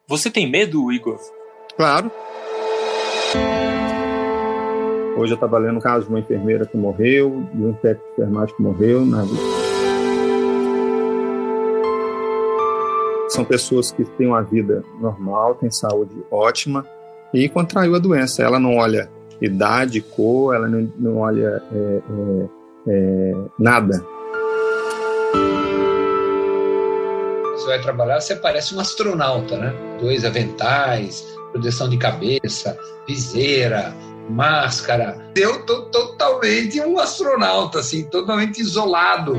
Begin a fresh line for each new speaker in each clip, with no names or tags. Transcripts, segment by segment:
Você tem medo, Igor?
Claro. Hoje eu trabalhei no caso de uma enfermeira que morreu, de um técnico de enfermagem que morreu. São pessoas que têm uma vida normal, têm saúde ótima e contraiu a doença. Ela não olha idade, cor, ela não olha nada.
Você vai trabalhar, você parece um astronauta, né? 2 aventais, proteção de cabeça, viseira, máscara. Eu tô totalmente um astronauta, assim, totalmente isolado.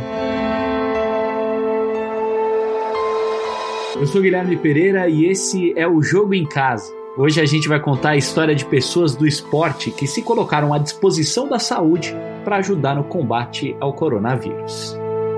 Eu sou Guilherme Pereira e esse é o Jogo em Casa. Hoje a gente vai contar a história de pessoas do esporte que se colocaram à disposição da saúde para ajudar no combate ao coronavírus.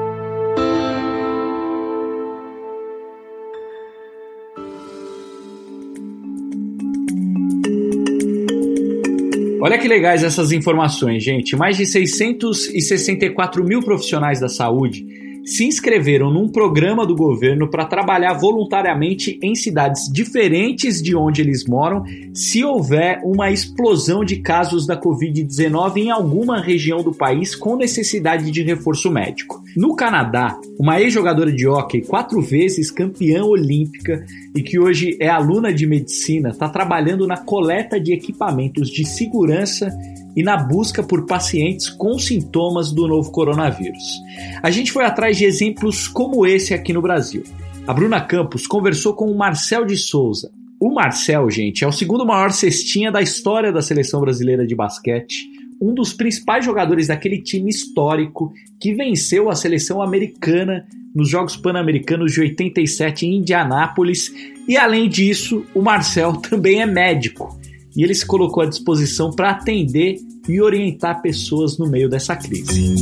Olha que legais essas informações, gente. Mais de 664 mil profissionais da saúde se inscreveram num programa do governo para trabalhar voluntariamente em cidades diferentes de onde eles moram, se houver uma explosão de casos da Covid-19 em alguma região do país com necessidade de reforço médico. No Canadá, uma ex-jogadora de hóquei, 4 vezes campeã olímpica e que hoje é aluna de medicina, está trabalhando na coleta de equipamentos de segurança e na busca por pacientes com sintomas do novo coronavírus. A gente foi atrás de exemplos como esse aqui no Brasil. A Bruna Campos conversou com o Marcel de Souza. O Marcel, gente, é o segundo maior cestinha da história da seleção brasileira de basquete, um dos principais jogadores daquele time histórico que venceu a seleção americana nos Jogos Pan-Americanos de 87 em Indianápolis. E além disso, o Marcel também é médico. E ele se colocou à disposição para atender e orientar pessoas no meio dessa crise.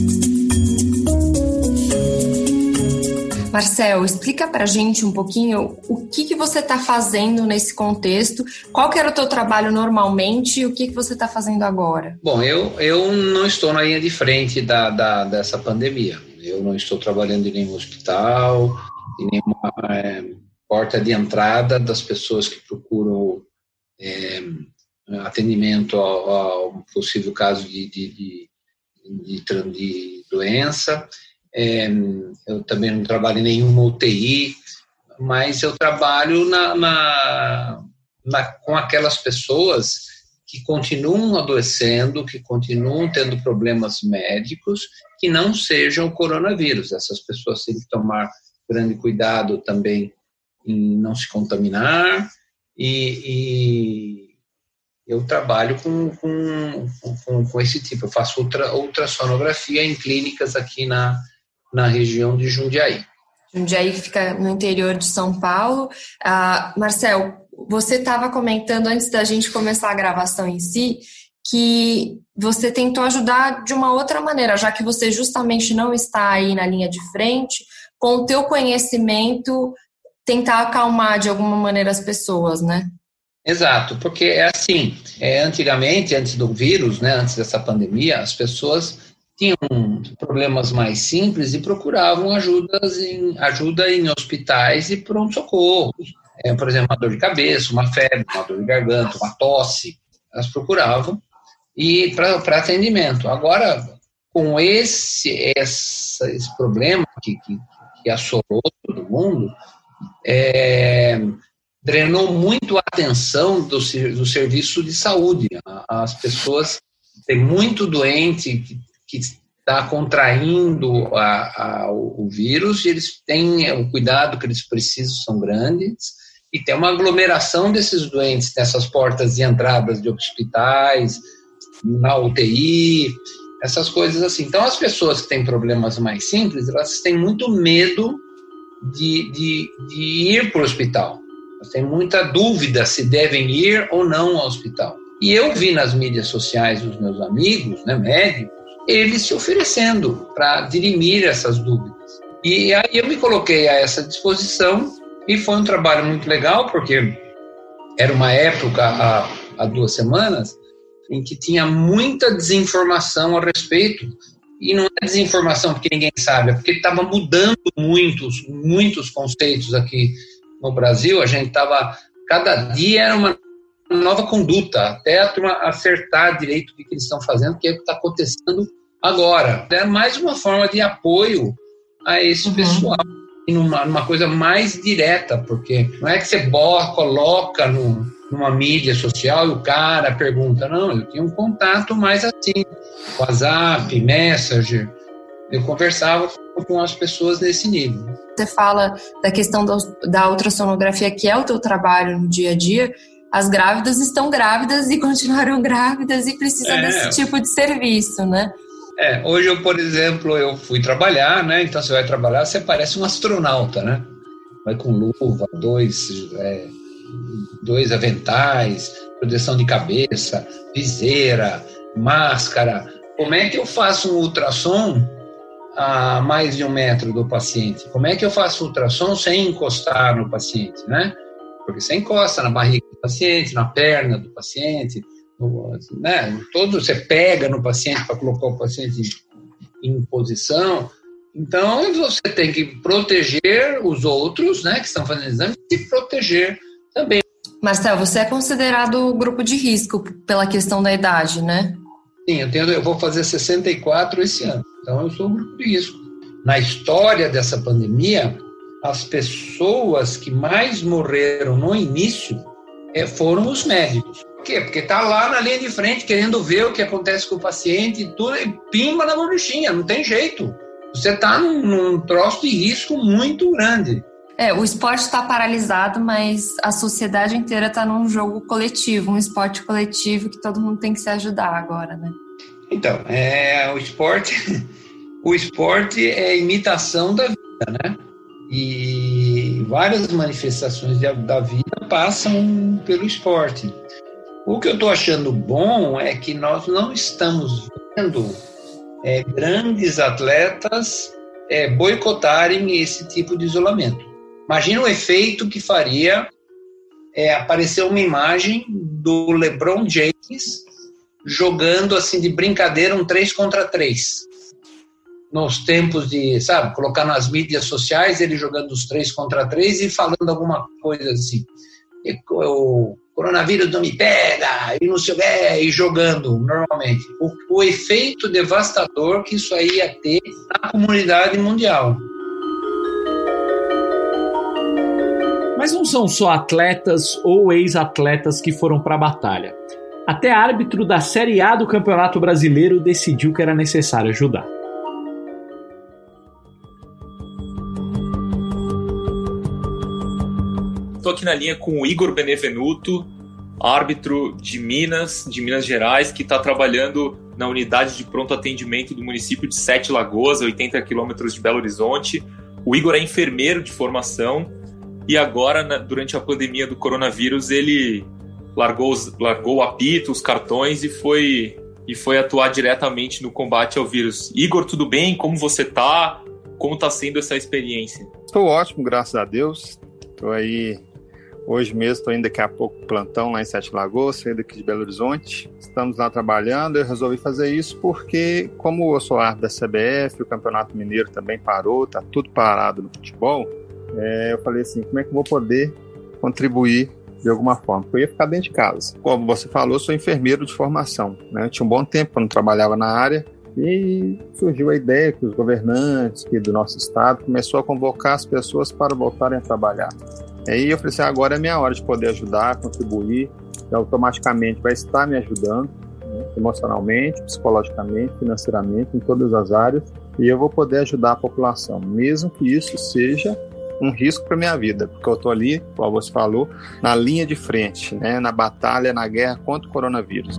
Marcel, explica pra gente um pouquinho o que você está fazendo nesse contexto, qual que era o teu trabalho normalmente e o que você está fazendo agora?
Bom, eu não estou na linha de frente dessa pandemia. Eu não estou trabalhando em nenhum hospital, em nenhuma porta de entrada das pessoas que procuram atendimento ao possível caso de doença. Eu também não trabalho em nenhuma UTI, mas eu trabalho com aquelas pessoas que continuam adoecendo, que continuam tendo problemas médicos, que não sejam o coronavírus. Essas pessoas têm que tomar grande cuidado também em não se contaminar e eu trabalho com esse tipo. Eu faço ultrassonografia em clínicas aqui na região de Jundiaí.
Jundiaí fica no interior de São Paulo. Marcel, você estava comentando antes da gente começar a gravação em si que você tentou ajudar de uma outra maneira, já que você justamente não está aí na linha de frente, com o teu conhecimento, tentar acalmar de alguma maneira as pessoas, né?
Exato, porque é assim, antigamente, antes do vírus, né, antes dessa pandemia, as pessoas tinham problemas mais simples e procuravam ajuda em hospitais e pronto-socorro. Por exemplo, uma dor de cabeça, uma febre, uma dor de garganta, uma tosse, elas procuravam e para atendimento. Agora, com esse problema que assolou todo mundo, drenou muito a atenção do serviço de saúde. As pessoas têm muito doente que está contraindo o vírus e eles têm o cuidado que eles precisam, são grandes, e tem uma aglomeração desses doentes nessas portas de entradas de hospitais, na UTI, essas coisas assim. Então, as pessoas que têm problemas mais simples, elas têm muito medo de ir para o hospital. Elas têm muita dúvida se devem ir ou não ao hospital. E eu vi nas mídias sociais dos meus amigos, né, médicos, eles se oferecendo para dirimir essas dúvidas. E aí eu me coloquei a essa disposição e foi um trabalho muito legal, porque era uma época, há 2 semanas, em que tinha muita desinformação a respeito. E não é desinformação porque ninguém sabe, é porque estava mudando muitos conceitos aqui no Brasil. A gente estava cada dia era uma nova conduta, até a turma acertar direito o que eles estão fazendo, o que está acontecendo agora. É mais uma forma de apoio a esse pessoal, numa coisa mais direta, porque não é que você coloca numa mídia social e o cara pergunta, não, eu tinha um contato mais assim, WhatsApp, Messenger, eu conversava com as pessoas nesse nível.
Você fala da questão da ultrassonografia, que é o teu trabalho no dia a dia. As grávidas estão grávidas e continuarão grávidas e precisam desse tipo de serviço, né?
Hoje eu, por exemplo, eu fui trabalhar, né? Então você vai trabalhar, você parece um astronauta, né? Vai com luva, dois aventais, proteção de cabeça, viseira, máscara. Como é que eu faço um ultrassom a mais de 1 metro do paciente? Como é que eu faço ultrassom sem encostar no paciente, né? Porque você encosta na barriga do paciente, na perna do paciente, né? Você pega no paciente para colocar o paciente em posição. Então, você tem que proteger os outros, né, que estão fazendo exame, e proteger também.
Marcel, você é considerado grupo de risco pela questão da idade, né?
Sim, eu vou fazer 64 esse ano, então eu sou um grupo de risco. Na história dessa pandemia, as pessoas que mais morreram no início foram os médicos. Por quê? Porque está lá na linha de frente, querendo ver o que acontece com o paciente e tudo, e pimba na gorduchinha, não tem jeito. Você está num troço de risco muito grande.
O esporte está paralisado, mas a sociedade inteira está num jogo coletivo, um esporte coletivo que todo mundo tem que se ajudar agora, né?
Então, o esporte é imitação da vida, né? E várias manifestações da vida passam pelo esporte. O que eu estou achando bom é que nós não estamos vendo grandes atletas boicotarem esse tipo de isolamento. Imagina o efeito que faria aparecer uma imagem do LeBron James jogando assim de brincadeira um 3 contra 3. Nos tempos de, colocar nas mídias sociais ele jogando os 3 contra 3 e falando alguma coisa assim. O coronavírus não me pega, e não sei o que, e jogando normalmente. O efeito devastador que isso aí ia ter na comunidade mundial.
Mas não são só atletas ou ex-atletas que foram para a batalha. Até árbitro da Série A do Campeonato Brasileiro decidiu que era necessário ajudar.
Estou aqui na linha com o Igor Benevenuto, árbitro de Minas Gerais, que está trabalhando na unidade de pronto atendimento do município de Sete Lagoas, 80 quilômetros de Belo Horizonte. O Igor é enfermeiro de formação e agora, durante a pandemia do coronavírus, ele largou o apito, os cartões e foi atuar diretamente no combate ao vírus. Igor, tudo bem? Como você está? Como está sendo essa experiência?
Estou ótimo, graças a Deus. Estou aí... Hoje mesmo estou indo daqui a pouco pro plantão lá em Sete Lagoas, saí daqui de Belo Horizonte. Estamos lá trabalhando. Eu resolvi fazer isso porque, como eu sou árbitro da CBF, o Campeonato Mineiro também parou, está tudo parado no futebol. Eu falei assim, como é que eu vou poder contribuir de alguma forma? Porque eu ia ficar dentro de casa. Como você falou, eu sou enfermeiro de formação, né? Eu tinha um bom tempo quando trabalhava na área e surgiu a ideia que os governantes aqui do nosso estado começou a convocar as pessoas para voltarem a trabalhar. Aí eu falei assim, agora é minha hora de poder ajudar, contribuir, e automaticamente vai estar me ajudando, né, emocionalmente, psicologicamente, financeiramente, em todas as áreas, e eu vou poder ajudar a população, mesmo que isso seja um risco para a minha vida, porque eu estou ali, como você falou, na linha de frente, né, na batalha, na guerra contra o coronavírus.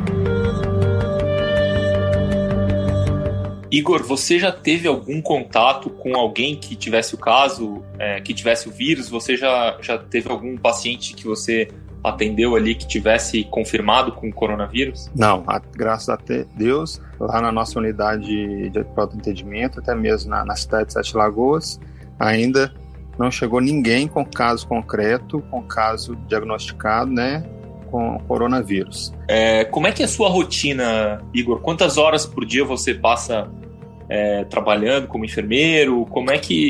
Igor, você já teve algum contato com alguém que tivesse o caso, que tivesse o vírus? Você já teve algum paciente que você atendeu ali que tivesse confirmado com o coronavírus?
Não, graças a Deus, lá na nossa unidade de pronto atendimento, até mesmo na cidade de Sete Lagoas, ainda não chegou ninguém com caso concreto, com caso diagnosticado, né, com coronavírus.
Como é que é a sua rotina, Igor? Quantas horas por dia você passa trabalhando como enfermeiro? Como é que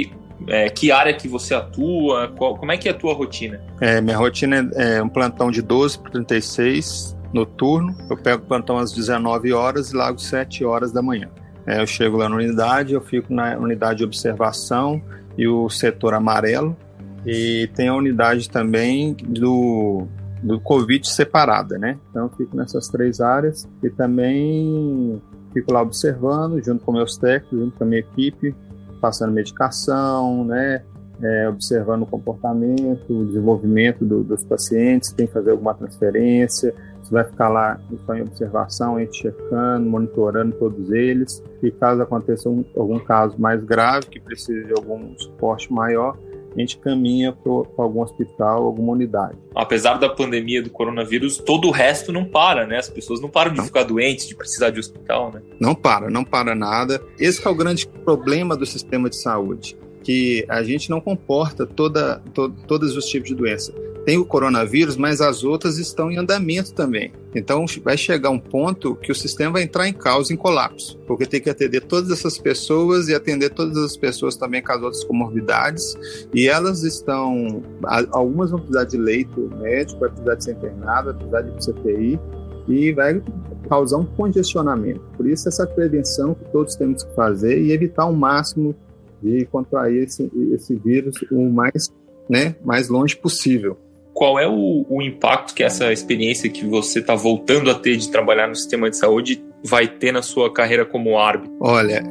Que área que você atua? Como é que é a tua rotina?
Minha rotina é um plantão de 12 para 36 noturno. Eu pego o plantão às 19 horas e largo 7 horas da manhã. Eu chego lá na unidade, eu fico na unidade de observação e o setor amarelo, e tem a unidade também do Covid separada, né? Então eu fico nessas 3 áreas e também fico lá observando, junto com meus técnicos, junto com a minha equipe, passando medicação, né? Observando o comportamento, o desenvolvimento dos pacientes, se tem que fazer alguma transferência, se vai ficar lá em observação, a gente checando, monitorando todos eles, e caso aconteça algum caso mais grave, que precise de algum suporte maior, a gente caminha para algum hospital, alguma unidade.
Apesar da pandemia do coronavírus, todo o resto não para, né? As pessoas não param de ficar doentes, de precisar de hospital, né?
Não para nada. Esse é o grande problema do sistema de saúde, que a gente não comporta todos os tipos de doença. Tem o coronavírus, mas as outras estão em andamento também. Então vai chegar um ponto que o sistema vai entrar em caos, em colapso, porque tem que atender todas essas pessoas e atender todas as pessoas também com as outras comorbidades, e elas estão, algumas vão precisar de leito médico, vai precisar de ser internado, vai precisar de CTI, e vai causar um congestionamento. Por isso essa prevenção que todos temos que fazer e evitar ao máximo de contrair esse vírus o mais longe possível.
Qual é o impacto que essa experiência que você está voltando a ter de trabalhar no sistema de saúde vai ter na sua carreira como árbitro?
Olha,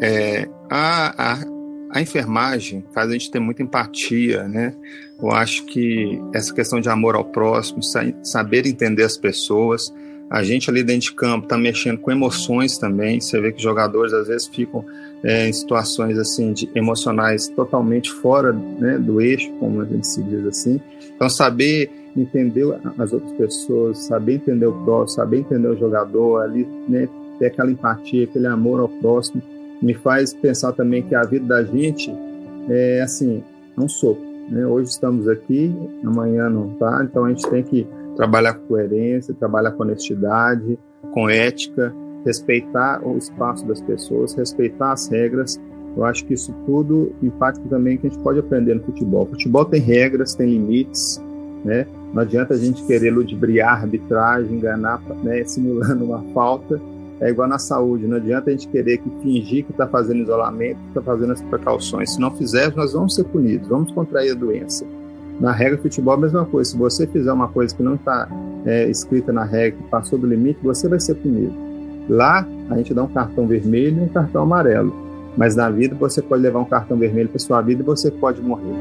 a enfermagem faz a gente ter muita empatia, né? Eu acho que essa questão de amor ao próximo, saber entender as pessoas, a gente ali dentro de campo está mexendo com emoções também. Você vê que os jogadores às vezes ficam em situações assim, emocionais totalmente fora, né, do eixo, como a gente se diz assim. Então saber entender as outras pessoas, saber entender o próximo, saber entender o jogador, ali, né, ter aquela empatia, aquele amor ao próximo, me faz pensar também que a vida da gente é assim, um sopro, né? Hoje estamos aqui, amanhã não está, então a gente tem que trabalhar com coerência, trabalhar com honestidade, com ética, respeitar o espaço das pessoas, respeitar as regras. Eu acho que isso tudo impacta também que a gente pode aprender no futebol. O futebol tem regras, tem limites, né? Não adianta a gente querer ludibriar a arbitragem, enganar, né, simulando uma falta. É igual na saúde, não adianta a gente querer fingir que está fazendo isolamento, que está fazendo as precauções. Se não fizermos, nós vamos ser punidos, vamos contrair a doença. Na regra do futebol, a mesma coisa. Se você fizer uma coisa que não está escrita na regra, que passou do limite, você vai ser punido. Lá, a gente dá um cartão vermelho e um cartão amarelo. Mas na vida, você pode levar um cartão vermelho para sua vida e você pode morrer.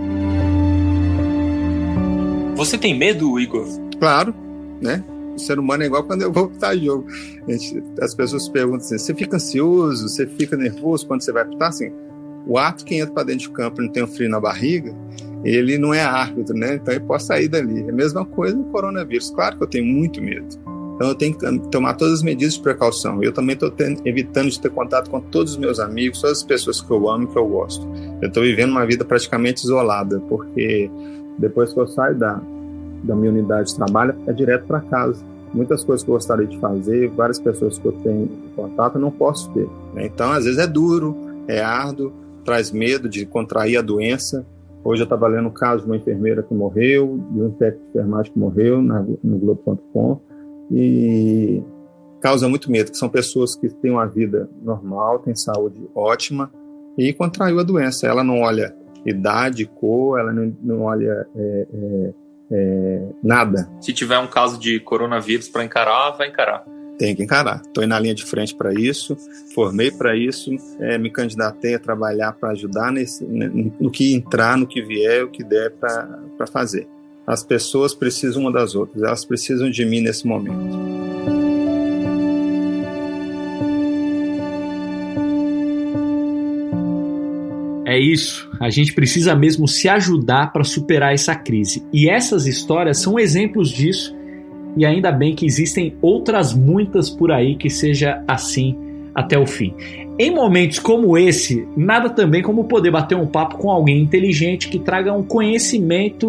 Você tem medo, Igor?
Claro, né? O ser humano é igual quando eu vou apitar jogo. As pessoas perguntam assim, você fica ansioso, você fica nervoso quando você vai apitar? Assim, o árbitro que entra para dentro de campo e não tem um frio na barriga, ele não é árbitro, né? Então ele pode sair dali. É a mesma coisa no coronavírus. Claro que eu tenho muito medo. Então eu tenho que tomar todas as medidas de precaução. Eu também estou evitando de ter contato com todos os meus amigos, todas as pessoas que eu amo e que eu gosto. Eu estou vivendo uma vida praticamente isolada, porque depois que eu saio da minha unidade de trabalho, é direto para casa. Muitas coisas que eu gostaria de fazer, várias pessoas que eu tenho contato, eu não posso ter, né? Então, às vezes é duro, é árduo, traz medo de contrair a doença. Hoje eu estava lendo o caso de uma enfermeira que morreu, de um técnico de enfermagem que morreu no Globo.com, e causa muito medo, que são pessoas que têm uma vida normal, têm saúde ótima, e contraiu a doença. Ela não olha idade, cor, ela não olha nada.
Se tiver um caso de coronavírus para encarar, vai encarar.
Tem que encarar. Estou na linha de frente para isso, formei para isso, me candidatei a trabalhar para ajudar no que entrar, no que vier, o que der para fazer. As pessoas precisam uma das outras, elas precisam de mim nesse momento.
É isso, a gente precisa mesmo se ajudar para superar essa crise. E essas histórias são exemplos disso, e ainda bem que existem outras muitas por aí que seja assim até o fim. Em momentos como esse, nada também como poder bater um papo com alguém inteligente que traga um conhecimento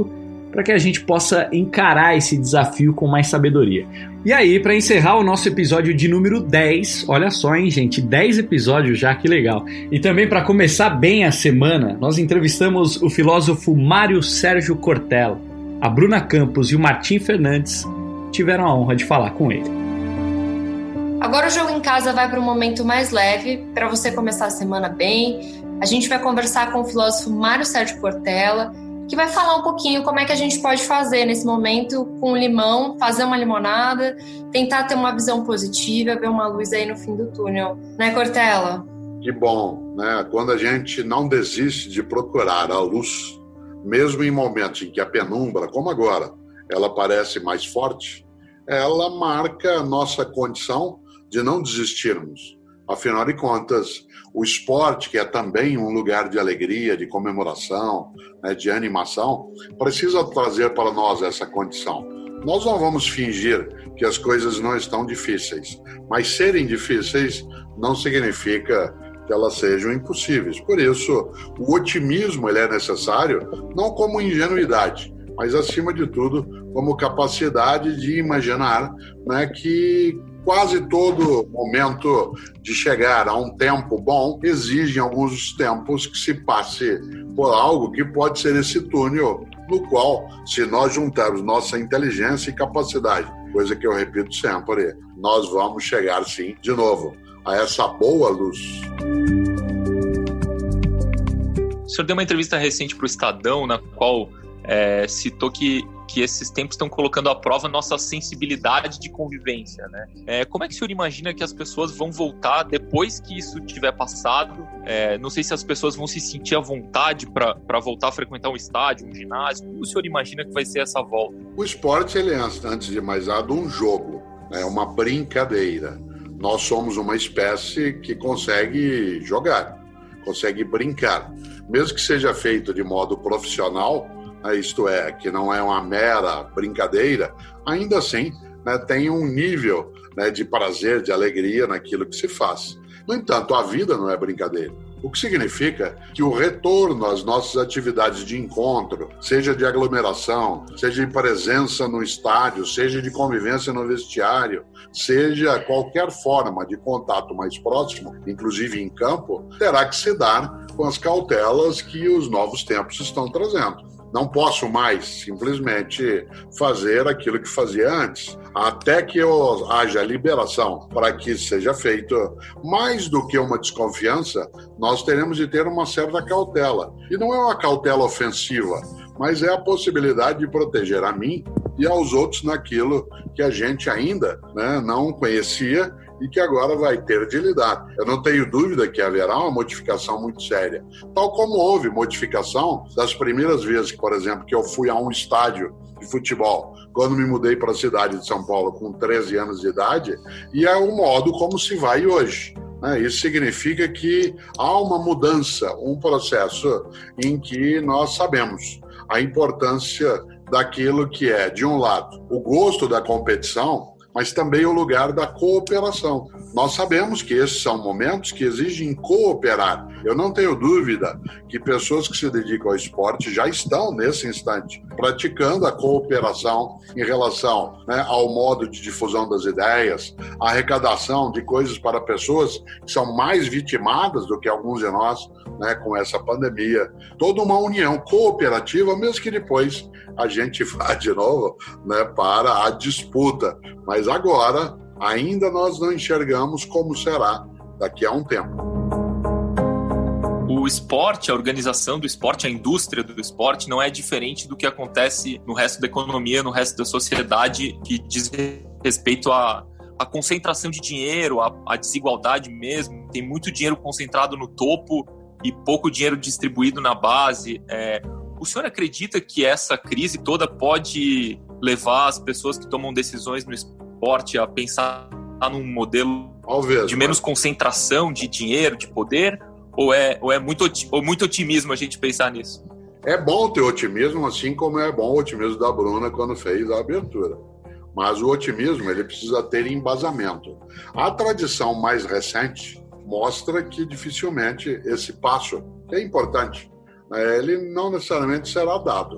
para que a gente possa encarar esse desafio com mais sabedoria. E aí, para encerrar o nosso episódio de número 10, olha só, hein, gente, 10 episódios já, que legal. E também para começar bem a semana, nós entrevistamos o filósofo Mário Sérgio Cortella. A Bruna Campos e o Martim Fernandes tiveram a honra de falar com ele.
Agora o Jogo em Casa vai para um momento mais leve, para você começar a semana bem. A gente vai conversar com o filósofo Mário Sérgio Cortella, que vai falar um pouquinho como é que a gente pode fazer nesse momento com o limão, fazer uma limonada, tentar ter uma visão positiva, ver uma luz aí no fim do túnel. Né, Cortella?
Que bom, né? Quando a gente não desiste de procurar a luz, mesmo em momentos em que a penumbra, como agora, ela parece mais forte, ela marca a nossa condição de não desistirmos. Afinal de contas, o esporte, que é também um lugar de alegria, de comemoração, né, de animação, precisa trazer para nós essa condição. Nós não vamos fingir que as coisas não estão difíceis, mas serem difíceis não significa que elas sejam impossíveis. Por isso, o otimismo ele é necessário, não como ingenuidade, mas, acima de tudo, como capacidade de imaginar, né, que quase todo momento de chegar a um tempo bom exige alguns tempos que se passe por algo que pode ser esse túnel, no qual, se nós juntarmos nossa inteligência e capacidade, coisa que eu repito sempre, nós vamos chegar, sim, de novo, a essa boa luz.
O senhor deu uma entrevista recente para o Estadão, na qual citou que esses tempos estão colocando à prova nossa sensibilidade de convivência, né? Como é que o senhor imagina que as pessoas vão voltar depois que isso tiver passado? Não sei se as pessoas vão se sentir à vontade para voltar a frequentar um estádio, um ginásio. Como o senhor imagina que vai ser essa volta?
O esporte, ele é, antes de mais nada, um jogo, é uma brincadeira. Nós somos uma espécie que consegue jogar, consegue brincar. Mesmo que seja feito de modo profissional, isto é, que não é uma mera brincadeira, ainda assim, né, tem um nível, né, de prazer, de alegria naquilo que se faz. No entanto, a vida não é brincadeira. O que significa que o retorno às nossas atividades de encontro, seja de aglomeração, seja de presença no estádio, seja de convivência no vestiário, seja qualquer forma de contato mais próximo, inclusive em campo, terá que se dar com as cautelas que os novos tempos estão trazendo. Não posso mais simplesmente fazer aquilo que fazia antes. Até que haja liberação para que isso seja feito, mais do que uma desconfiança, nós teremos de ter uma certa cautela. E não é uma cautela ofensiva, mas é a possibilidade de proteger a mim e aos outros naquilo que a gente ainda, né, não conhecia e que agora vai ter de lidar. Eu não tenho dúvida que haverá uma modificação muito séria. Tal como houve modificação das primeiras vezes, por exemplo, que eu fui a um estádio de futebol, quando me mudei para a cidade de São Paulo com 13 anos de idade, e é o modo como se vai hoje. Isso significa que há uma mudança, um processo em que nós sabemos a importância daquilo que é, de um lado, o gosto da competição, mas também o lugar da cooperação. Nós sabemos que esses são momentos que exigem cooperar. Eu não tenho dúvida que pessoas que se dedicam ao esporte já estão, nesse instante, praticando a cooperação em relação, né, ao modo de difusão das ideias, a arrecadação de coisas para pessoas que são mais vitimadas do que alguns de nós, né, com essa pandemia. Toda uma união cooperativa, mesmo que depois a gente vá de novo, né, para a disputa. Mas agora, ainda nós não enxergamos como será daqui a um tempo.
O esporte, a organização do esporte, a indústria do esporte não é diferente do que acontece no resto da economia, no resto da sociedade, que diz respeito à concentração de dinheiro, à desigualdade mesmo. Tem muito dinheiro concentrado no topo e pouco dinheiro distribuído na base. O senhor acredita que essa crise toda pode levar as pessoas que tomam decisões no esporte a pensar num modelo de menos concentração de dinheiro, de poder? Ou é muito otimismo a gente pensar nisso?
É bom ter otimismo, assim como é bom o otimismo da Bruna quando fez a abertura. Mas o otimismo ele precisa ter embasamento. A tradição mais recente mostra que dificilmente esse passo, que é importante, ele não necessariamente será dado.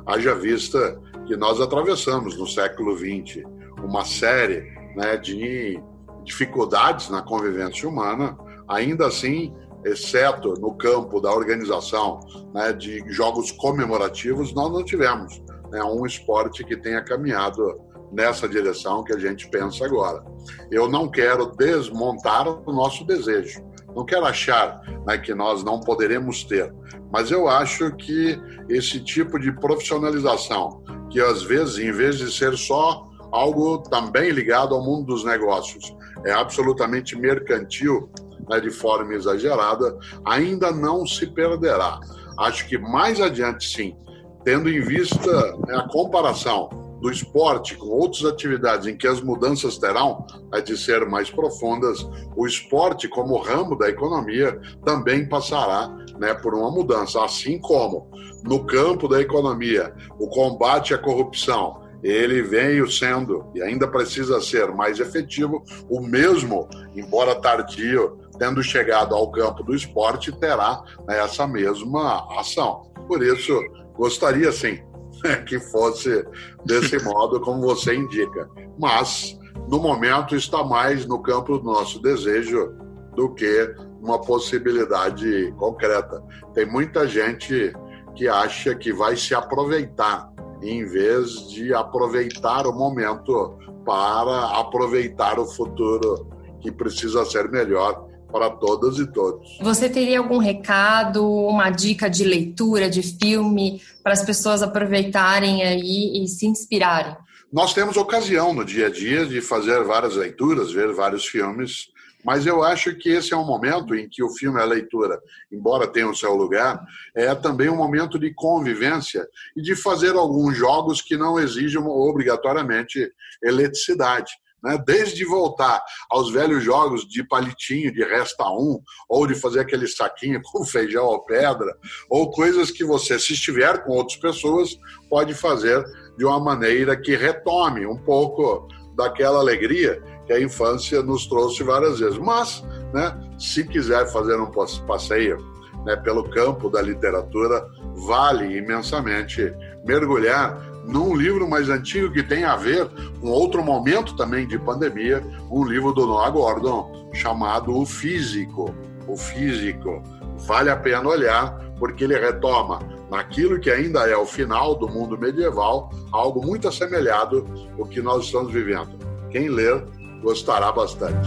Haja vista que nós atravessamos no século XX uma série, né, de dificuldades na convivência humana, ainda assim, exceto no campo da organização, né, de jogos comemorativos, nós não tivemos, né, um esporte que tenha caminhado nessa direção que a gente pensa agora. Eu não quero desmontar o nosso desejo, não quero achar, né, que nós não poderemos ter, mas eu acho que esse tipo de profissionalização, que às vezes, em vez de ser só algo também ligado ao mundo dos negócios, é absolutamente mercantil, né, de forma exagerada, ainda não se perderá. Acho que mais adiante, sim, tendo em vista, né, a comparação do esporte com outras atividades em que as mudanças terão, né, de ser mais profundas, o esporte como ramo da economia também passará, né, por uma mudança, assim como no campo da economia o combate à corrupção ele veio sendo e ainda precisa ser mais efetivo, o mesmo, embora tardio, tendo chegado ao campo do esporte, terá, né, essa mesma ação. Por isso, gostaria sim que fosse desse modo como você indica, mas no momento está mais no campo do nosso desejo do que uma possibilidade concreta. Tem muita gente que acha que vai se aproveitar em vez de aproveitar o momento para aproveitar o futuro que precisa ser melhor para todas e todos.
Você teria algum recado, uma dica de leitura, de filme, para as pessoas aproveitarem aí e se inspirarem?
Nós temos ocasião no dia a dia de fazer várias leituras, ver vários filmes, mas eu acho que esse é um momento em que o filme e a leitura, embora tenha o seu lugar, é também um momento de convivência e de fazer alguns jogos que não exijam obrigatoriamente eletricidade, né? Desde voltar aos velhos jogos de palitinho, de resta um, ou de fazer aquele saquinho com feijão ou pedra, ou coisas que você, se estiver com outras pessoas, pode fazer de uma maneira que retome um pouco daquela alegria que a infância nos trouxe várias vezes. Mas, né, se quiser fazer um passeio, né, pelo campo da literatura, vale imensamente mergulhar num livro mais antigo que tem a ver com outro momento também de pandemia, um livro do Noah Gordon chamado O Físico. O Físico. Vale a pena olhar, porque ele retoma naquilo que ainda é o final do mundo medieval, algo muito assemelhado ao que nós estamos vivendo. Quem ler gostará bastante.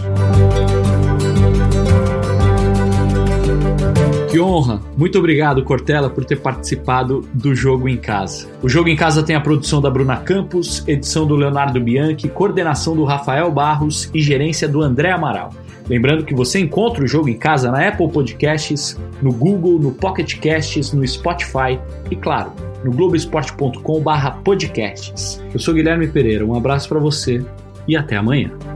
Que honra! Muito obrigado, Cortella, por ter participado do Jogo em Casa. O Jogo em Casa tem a produção da Bruna Campos, edição do Leonardo Bianchi, coordenação do Rafael Barros e gerência do André Amaral. Lembrando que você encontra o Jogo em Casa na Apple Podcasts, no Google, no Pocket Casts, no Spotify e, claro, no Globoesporte.com/podcasts. Eu sou Guilherme Pereira, um abraço para você e até amanhã.